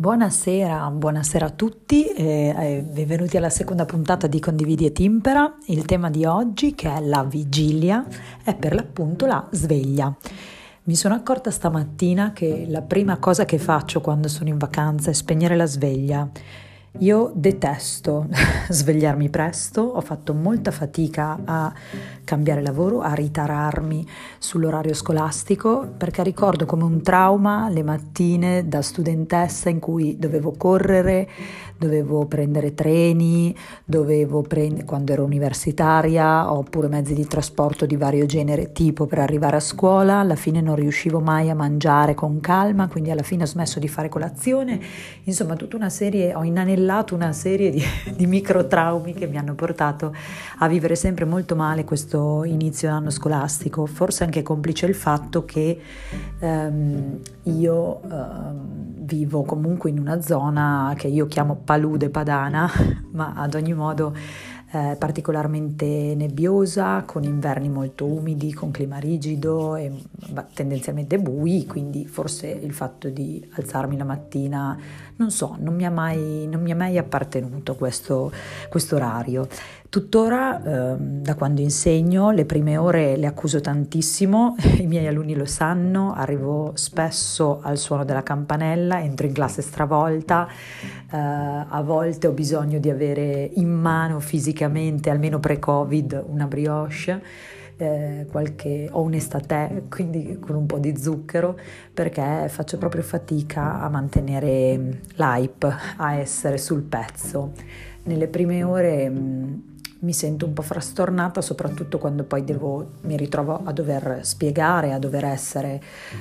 Buonasera a tutti e benvenuti alla seconda puntata di Condividi e Timpera. Il tema di oggi, che è la vigilia, è per l'appunto la sveglia. Mi sono accorta stamattina che la prima cosa che faccio quando sono in vacanza è spegnere la sveglia. Io detesto svegliarmi presto, ho fatto molta fatica a cambiare lavoro, a ritararmi sull'orario scolastico, perché ricordo come un trauma le mattine da studentessa in cui dovevo correre, dovevo prendere treni, quando ero universitaria, oppure mezzi di trasporto di vario genere tipo per arrivare a scuola. Alla fine non riuscivo mai a mangiare con calma, quindi alla fine ho smesso di fare colazione. Insomma, ho inanellato una serie di micro traumi che mi hanno portato a vivere sempre molto male questo inizio anno scolastico, forse anche complice il fatto che io vivo comunque in una zona che io chiamo palude padana, ma ad ogni modo particolarmente nebbiosa, con inverni molto umidi, con clima rigido e tendenzialmente bui, quindi forse il fatto di alzarmi la mattina, non so, non mi è mai appartenuto questo orario. Tuttora, da quando insegno, le prime ore le accuso tantissimo, i miei alunni lo sanno, arrivo spesso al suono della campanella, entro in classe stravolta, a volte ho bisogno di avere in mano fisicamente, almeno pre-Covid, una brioche, o un estate, quindi con un po' di zucchero, perché faccio proprio fatica a mantenere l'hype, a essere sul pezzo. Nelle prime ore mi sento un po' frastornata, soprattutto quando poi mi ritrovo a dover spiegare, a dover essere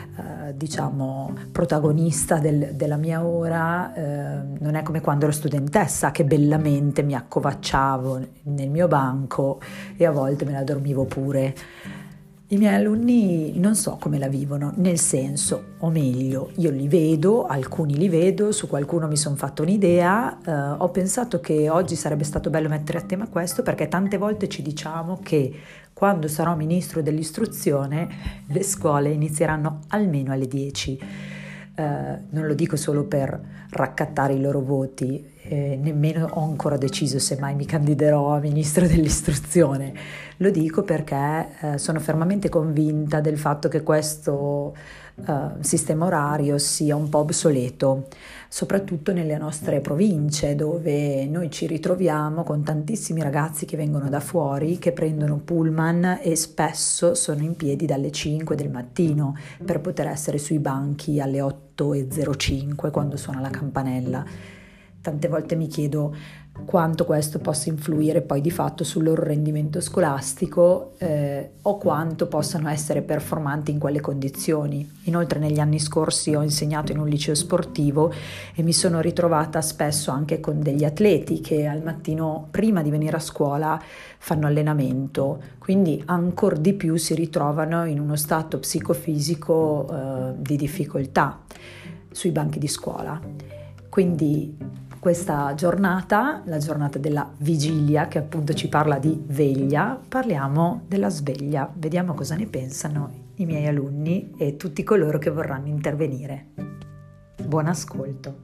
protagonista della mia ora. Non è come quando ero studentessa, che bellamente mi accovacciavo nel mio banco e a volte me la dormivo pure. I miei alunni non so come la vivono, nel senso, o meglio, io li vedo, alcuni li vedo, su qualcuno mi sono fatto un'idea. Ho pensato che oggi sarebbe stato bello mettere a tema questo, perché tante volte ci diciamo che quando sarò ministro dell'istruzione le scuole inizieranno almeno alle 10. Non lo dico solo per raccattare i loro voti, nemmeno ho ancora deciso se mai mi candiderò a ministro dell'istruzione. Lo dico perché sono fermamente convinta del fatto che questo sistema orario sia un po' obsoleto, soprattutto nelle nostre province, dove noi ci ritroviamo con tantissimi ragazzi che vengono da fuori, che prendono pullman e spesso sono in piedi dalle 5 del mattino per poter essere sui banchi alle 8:05 quando suona la campanella. Tante volte mi chiedo quanto questo possa influire poi di fatto sul loro rendimento scolastico, o quanto possano essere performanti in quelle condizioni. Inoltre negli anni scorsi ho insegnato in un liceo sportivo e mi sono ritrovata spesso anche con degli atleti che al mattino prima di venire a scuola fanno allenamento, quindi ancor di più si ritrovano in uno stato psicofisico di difficoltà sui banchi di scuola. Quindi questa giornata, la giornata della vigilia, che appunto ci parla di veglia, parliamo della sveglia. Vediamo cosa ne pensano i miei alunni e tutti coloro che vorranno intervenire. Buon ascolto.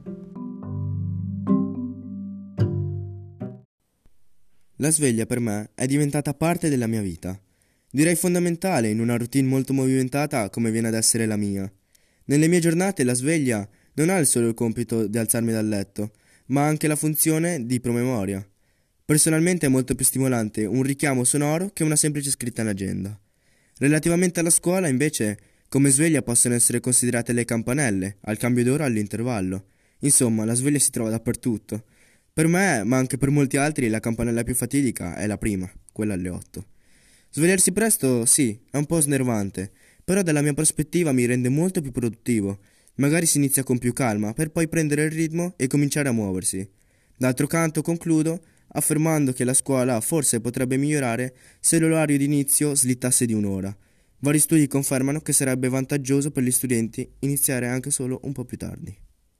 La sveglia per me è diventata parte della mia vita. Direi fondamentale in una routine molto movimentata come viene ad essere la mia. Nelle mie giornate la sveglia non ha il solo compito di alzarmi dal letto, ma anche la funzione di promemoria. Personalmente è molto più stimolante un richiamo sonoro che una semplice scritta in agenda. Relativamente alla scuola, invece, come sveglia possono essere considerate le campanelle, al cambio d'ora o all'intervallo. Insomma, la sveglia si trova dappertutto. Per me, ma anche per molti altri, la campanella più fatidica è la prima, quella alle 8. Svegliarsi presto, sì, è un po' snervante, però dalla mia prospettiva mi rende molto più produttivo. Magari si inizia con più calma, per poi prendere il ritmo e cominciare a muoversi. D'altro canto concludo affermando che la scuola forse potrebbe migliorare se l'orario di inizio slittasse di un'ora. Vari studi confermano che sarebbe vantaggioso per gli studenti iniziare anche solo un po' più tardi.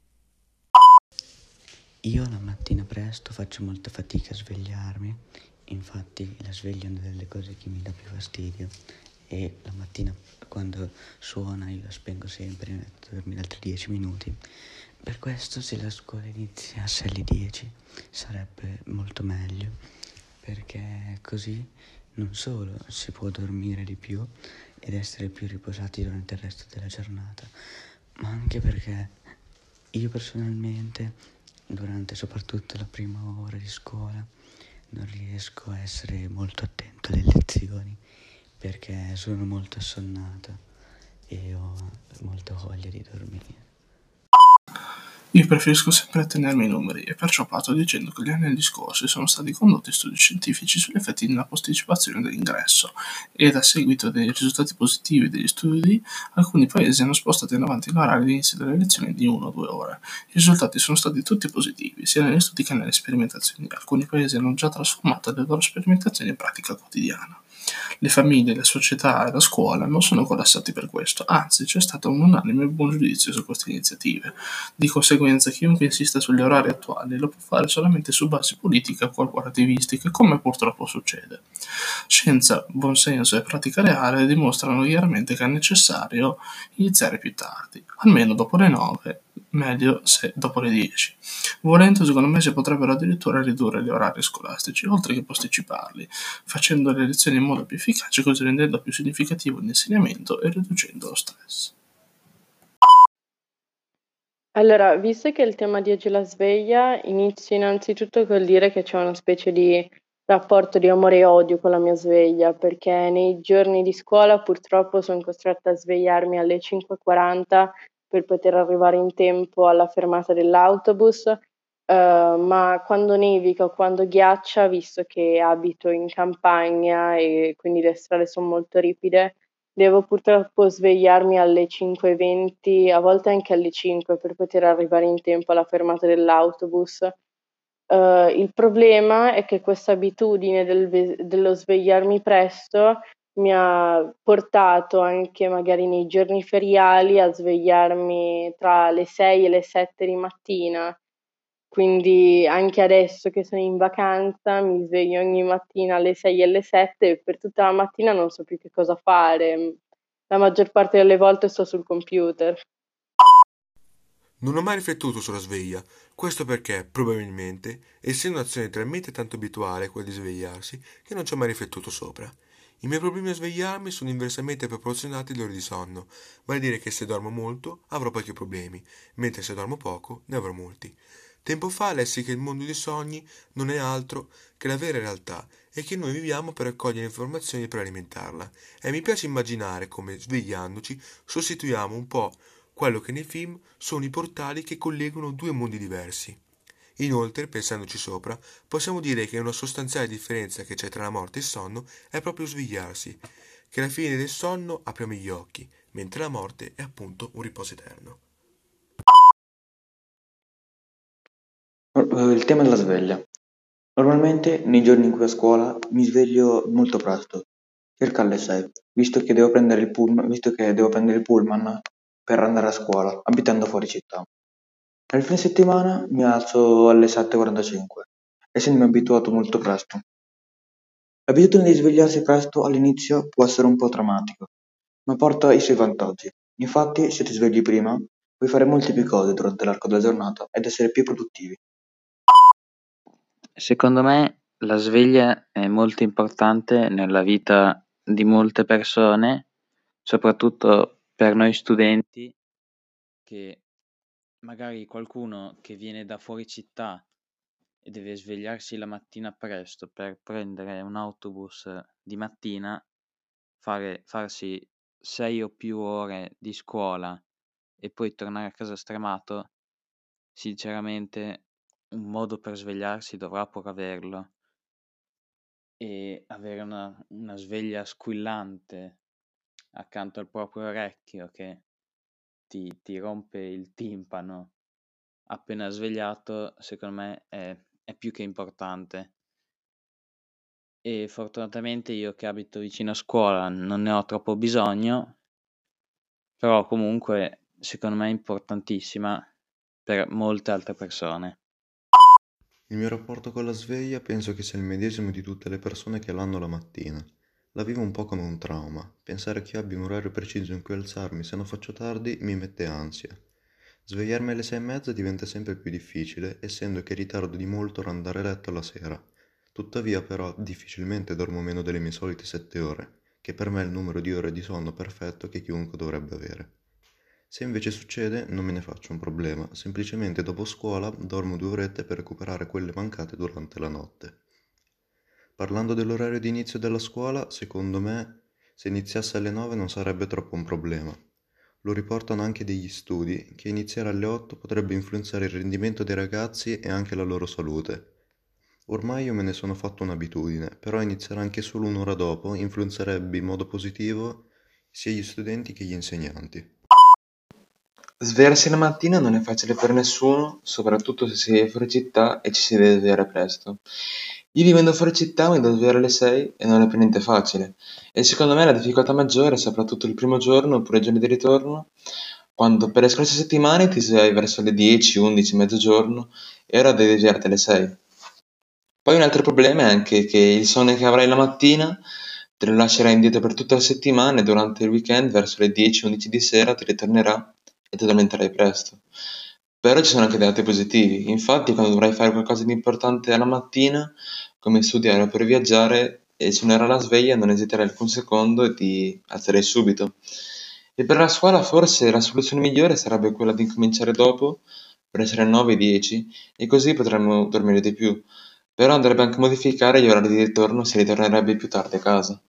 Io la mattina presto faccio molta fatica a svegliarmi, infatti la sveglia è una delle cose che mi dà più fastidio e la mattina quando suona io la spengo sempre, mi metto a dormire altri 10 minuti. Per questo se la scuola iniziasse alle 10 sarebbe molto meglio, perché così non solo si può dormire di più ed essere più riposati durante il resto della giornata, ma anche perché io personalmente, durante soprattutto la prima ora di scuola, non riesco a essere molto attento alle lezioni perché sono molto assonnato e ho molta voglia di dormire. Io preferisco sempre attenermi ai numeri e perciò parto dicendo che negli anni scorsi sono stati condotti studi scientifici sugli effetti della posticipazione dell'ingresso ed a seguito dei risultati positivi degli studi alcuni paesi hanno spostato in avanti l'orario di inizio delle lezioni di 1 o 2 ore. I risultati sono stati tutti positivi, sia negli studi che nelle sperimentazioni. Alcuni paesi hanno già trasformato le loro sperimentazioni in pratica quotidiana. Le famiglie, la società e la scuola non sono collassati per questo, anzi c'è stato un unanime buon giudizio su queste iniziative. Di conseguenza chiunque insista sugli orari attuali lo può fare solamente su basi politiche o corporativistiche, come purtroppo succede. Scienza, buonsenso e pratica reale dimostrano chiaramente che è necessario iniziare più tardi, almeno dopo le 9, meglio se dopo le 10. Volendo, secondo me si potrebbero addirittura ridurre gli orari scolastici, oltre che posticiparli, facendo le lezioni in modo più efficace, così rendendo più significativo l'insegnamento e riducendo lo stress. Allora, visto che il tema di oggi è la sveglia, inizio innanzitutto col dire che c'è una specie di rapporto di amore e odio con la mia sveglia, perché nei giorni di scuola purtroppo sono costretta a svegliarmi alle 5:40 per poter arrivare in tempo alla fermata dell'autobus, ma quando nevica o quando ghiaccia, visto che abito in campagna e quindi le strade son molto ripide, devo purtroppo svegliarmi alle 5:20, a volte anche alle 5 per poter arrivare in tempo alla fermata dell'autobus. Il problema è che questa abitudine dello svegliarmi presto mi ha portato anche magari nei giorni feriali a svegliarmi tra le 6 e le 7 di mattina. Quindi anche adesso che sono in vacanza mi sveglio ogni mattina alle 6 e alle 7 e per tutta la mattina non so più che cosa fare. La maggior parte delle volte sto sul computer. Non ho mai riflettuto sulla sveglia, questo perché, probabilmente, essendo un'azione talmente tanto abituale quella di svegliarsi, che non ci ho mai riflettuto sopra. I miei problemi a svegliarmi sono inversamente proporzionati alle ore di sonno, vale a dire che se dormo molto avrò pochi problemi, mentre se dormo poco ne avrò molti. Tempo fa lessi che il mondo dei sogni non è altro che la vera realtà e che noi viviamo per raccogliere informazioni per alimentarla. E mi piace immaginare come, svegliandoci, sostituiamo un po' quello che nei film sono i portali che collegano due mondi diversi. Inoltre, pensandoci sopra, possiamo dire che una sostanziale differenza che c'è tra la morte e il sonno è proprio svegliarsi, che alla fine del sonno apriamo gli occhi, mentre la morte è appunto un riposo eterno. Il tema della sveglia. Normalmente nei giorni in cui a scuola mi sveglio molto presto, circa alle 6, visto che devo prendere il pullman per andare a scuola, abitando fuori città. Nel fine settimana mi alzo alle 7:45, essendomi abituato molto presto. L'abitudine di svegliarsi presto all'inizio può essere un po' traumatico, ma porta i suoi vantaggi. Infatti, se ti svegli prima, puoi fare molte più cose durante l'arco della giornata ed essere più produttivi. Secondo me la sveglia è molto importante nella vita di molte persone, soprattutto per noi studenti, che magari qualcuno che viene da fuori città e deve svegliarsi la mattina presto per prendere un autobus di mattina, farsi 6 o più ore di scuola e poi tornare a casa stremato, sinceramente un modo per svegliarsi dovrà pur averlo. E avere una sveglia squillante accanto al proprio orecchio che ti rompe il timpano appena svegliato, secondo me è più che importante. E fortunatamente io che abito vicino a scuola non ne ho troppo bisogno, però comunque secondo me è importantissima per molte altre persone. Il mio rapporto con la sveglia penso che sia il medesimo di tutte le persone che l'hanno la mattina. La vivo un po' come un trauma. Pensare che io abbia un orario preciso in cui alzarmi se non faccio tardi mi mette ansia. Svegliarmi alle 6:30 diventa sempre più difficile, essendo che ritardo di molto ad andare a letto la sera. Tuttavia però difficilmente dormo meno delle mie solite 7 ore, che per me è il numero di ore di sonno perfetto che chiunque dovrebbe avere. Se invece succede, non me ne faccio un problema, semplicemente dopo scuola dormo 2 orette per recuperare quelle mancate durante la notte. Parlando dell'orario di inizio della scuola, secondo me, se iniziasse alle 9 non sarebbe troppo un problema. Lo riportano anche degli studi, che iniziare alle 8 potrebbe influenzare il rendimento dei ragazzi e anche la loro salute. Ormai io me ne sono fatto un'abitudine, però iniziare anche solo un'ora dopo influenzerebbe in modo positivo sia gli studenti che gli insegnanti. Svegliarsi la mattina non è facile per nessuno, soprattutto se si è fuori città e ci si deve svegliare presto. Io vivendo fuori città mi devo svegliare alle 6 e non è per niente facile. E secondo me la difficoltà maggiore è soprattutto il primo giorno oppure i giorni di ritorno, quando per le scorse settimane ti svegli verso le 10, 11, mezzogiorno e ora devi svegliarti alle 6. Poi un altro problema è anche che il sonno che avrai la mattina te lo lascerai indietro per tutta la settimana e durante il weekend verso le 10-11 di sera ti ritornerà e ti addormenterai presto. Però ci sono anche dei lati positivi, infatti quando dovrai fare qualcosa di importante alla mattina, come studiare oppure viaggiare, e suonerà la sveglia non esiterai alcun secondo e ti alzerai subito. E per la scuola forse la soluzione migliore sarebbe quella di incominciare dopo, verso le 9-10, e così potremmo dormire di più. Però andrebbe anche a modificare gli orari di ritorno se ritornerebbe più tardi a casa.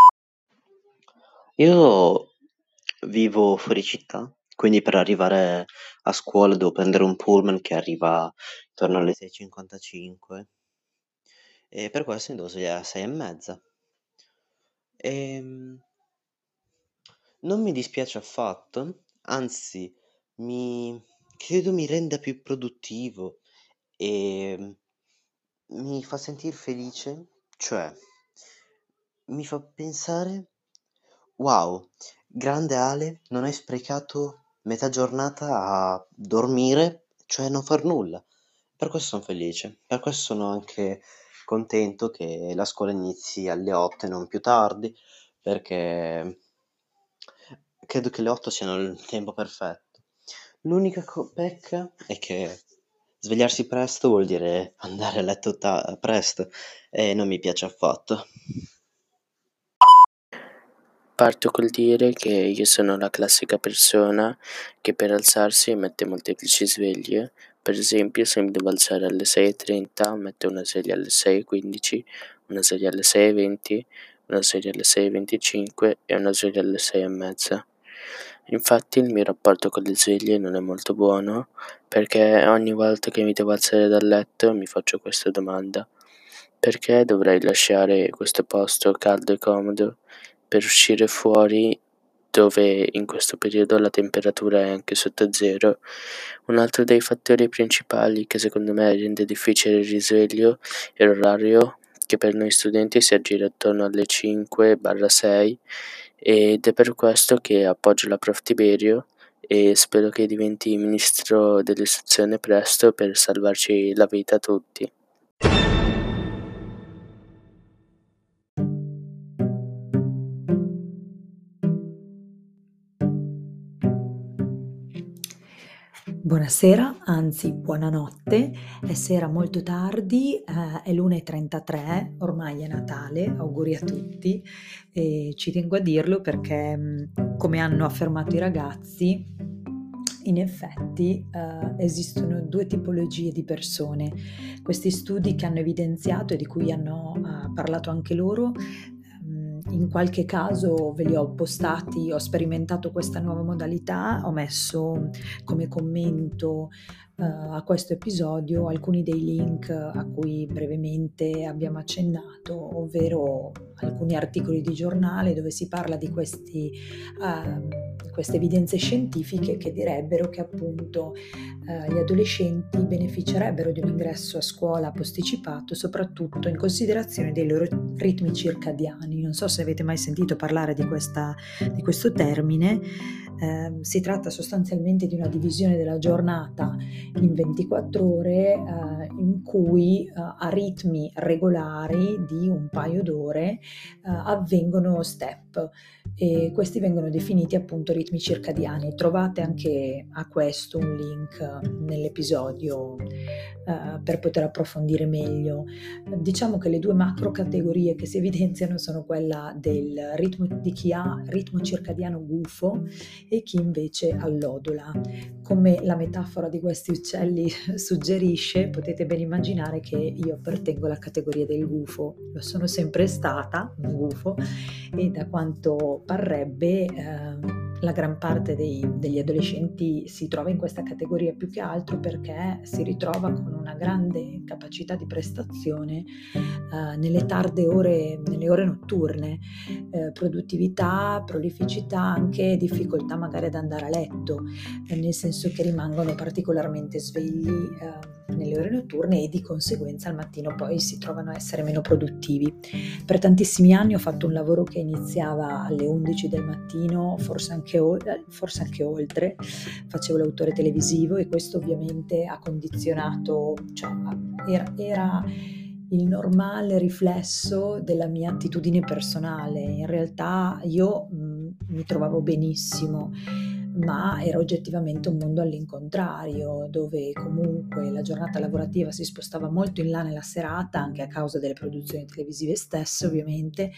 Io vivo fuori città, quindi per arrivare a scuola devo prendere un pullman che arriva intorno alle 6:55 e per questo mi devo svegliare alle 6:30. Ehm, Non mi dispiace affatto, anzi mi credo mi renda più produttivo e mi fa sentir felice, cioè mi fa pensare: "Wow, grande Ale, non hai sprecato metà giornata a dormire, cioè non far nulla". Per questo son felice, per questo sono anche contento che la scuola inizi alle 8 e non più tardi, perché credo che le 8 siano il tempo perfetto. L'unica pecca è che svegliarsi presto vuol dire andare a letto presto e non mi piace affatto. Parto col dire che io sono la classica persona che per alzarsi mette molteplici sveglie. Per esempio, se mi devo alzare alle 6:30, metto una sveglia alle 6:15, una sveglia alle 6:20, una sveglia alle 6:25 e una sveglia alle 6:30. Infatti il mio rapporto con le sveglie non è molto buono, perché ogni volta che mi devo alzare dal letto mi faccio questa domanda: perché dovrei lasciare questo posto caldo e comodo per uscire fuori dove in questo periodo la temperatura è anche sotto zero? Un altro dei fattori principali che secondo me rende difficile il risveglio è l'orario, che per noi studenti si aggira attorno alle 5/6, ed è per questo che appoggio la Prof. Tiberio e spero che diventi ministro dell'istruzione presto per salvarci la vita a tutti. Buonasera, anzi buonanotte, è sera molto tardi, è l'1:33, ormai è Natale, auguri a tutti e ci tengo a dirlo perché, come hanno affermato i ragazzi, in effetti esistono due tipologie di persone. Questi studi che hanno evidenziato e di cui hanno parlato anche loro, in qualche caso ve li ho postati, ho sperimentato questa nuova modalità, ho messo come commento a questo episodio alcuni dei link a cui brevemente abbiamo accennato, ovvero alcuni articoli di giornale dove si parla di queste evidenze scientifiche che direbbero che appunto gli adolescenti beneficerebbero di un ingresso a scuola posticipato, soprattutto in considerazione dei loro ritmi circadiani. Non so se avete mai sentito parlare di questo termine, Si tratta sostanzialmente di una divisione della giornata in 24 ore in cui a ritmi regolari di un paio d'ore avvengono step, e questi vengono definiti appunto ritmi circadiani. Trovate anche a questo un link nell'episodio per poter approfondire meglio. Diciamo che le due macro categorie che si evidenziano sono quella del ritmo di chi ha ritmo circadiano gufo e chi invece allodola. Come la metafora di questi uccelli suggerisce, potete ben immaginare che io appartengo alla categoria del gufo. Lo sono sempre stata, un gufo, e da quanto parrebbe la gran parte degli adolescenti si trova in questa categoria, più che altro perché si ritrova con una grande capacità di prestazione nelle tarde ore, nelle ore notturne, produttività, prolificità, anche difficoltà magari ad andare a letto, nel senso che rimangono particolarmente svegli nelle ore notturne e di conseguenza al mattino poi si trovano a essere meno produttivi. Per tantissimi anni ho fatto un lavoro che iniziava alle 11 del mattino, forse anche oltre, facevo l'autore televisivo e questo ovviamente ha condizionato, cioè era il normale riflesso della mia attitudine personale. In realtà io mi trovavo benissimo, ma era oggettivamente un mondo all'incontrario, dove comunque la giornata lavorativa si spostava molto in là nella serata, anche a causa delle produzioni televisive stesse ovviamente,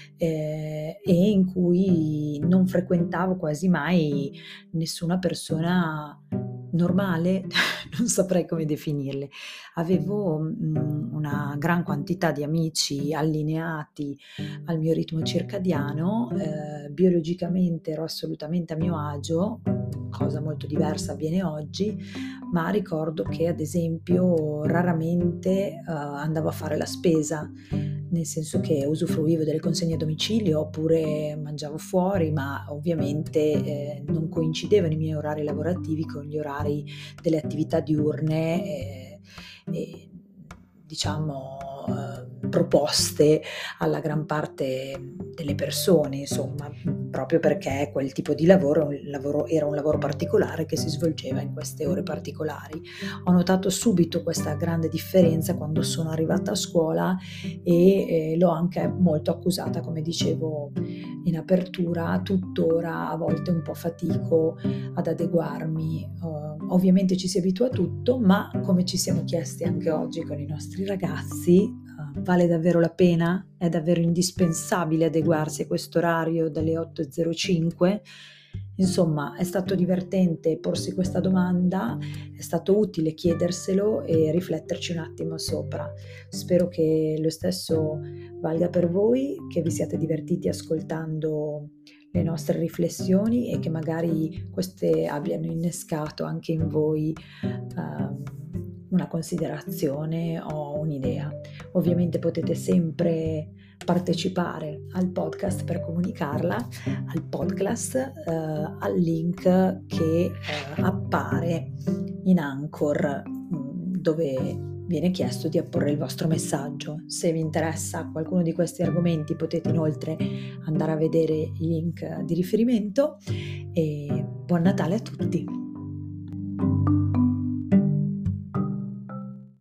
e in cui non frequentavo quasi mai nessuna persona normale, non saprei come definirle. Avevo una gran quantità di amici allineati al mio ritmo circadiano, biologicamente ero assolutamente a mio agio, cosa molto diversa avviene oggi, ma ricordo che ad esempio raramente andavo a fare la spesa, nel senso che usufruivo delle consegne a domicilio oppure mangiavo fuori, ma ovviamente non coincidevano i miei orari lavorativi con gli orari delle attività diurne diciamo proposte alla gran parte delle persone, insomma, proprio perché quel tipo di lavoro era un lavoro particolare che si svolgeva in queste ore particolari. Ho notato subito questa grande differenza quando sono arrivata a scuola e l'ho anche molto accusata, come dicevo in apertura. Tuttora a volte un po' fatico ad adeguarmi. Ovviamente ci si abitua a tutto, ma come ci siamo chiesti anche oggi con i nostri ragazzi, vale davvero la pena? È davvero indispensabile adeguarsi a questo orario dalle 8:05? Insomma, è stato divertente porsi questa domanda, è stato utile chiederselo e rifletterci un attimo sopra. Spero che lo stesso valga per voi, che vi siate divertiti ascoltando le nostre riflessioni e che magari queste abbiano innescato anche in voi una considerazione o un'idea. Ovviamente potete sempre partecipare al podcast per comunicarla, al podcast, al link che appare in Anchor, dove viene chiesto di apporre il vostro messaggio. Se vi interessa qualcuno di questi argomenti potete inoltre andare a vedere i link di riferimento e buon Natale a tutti!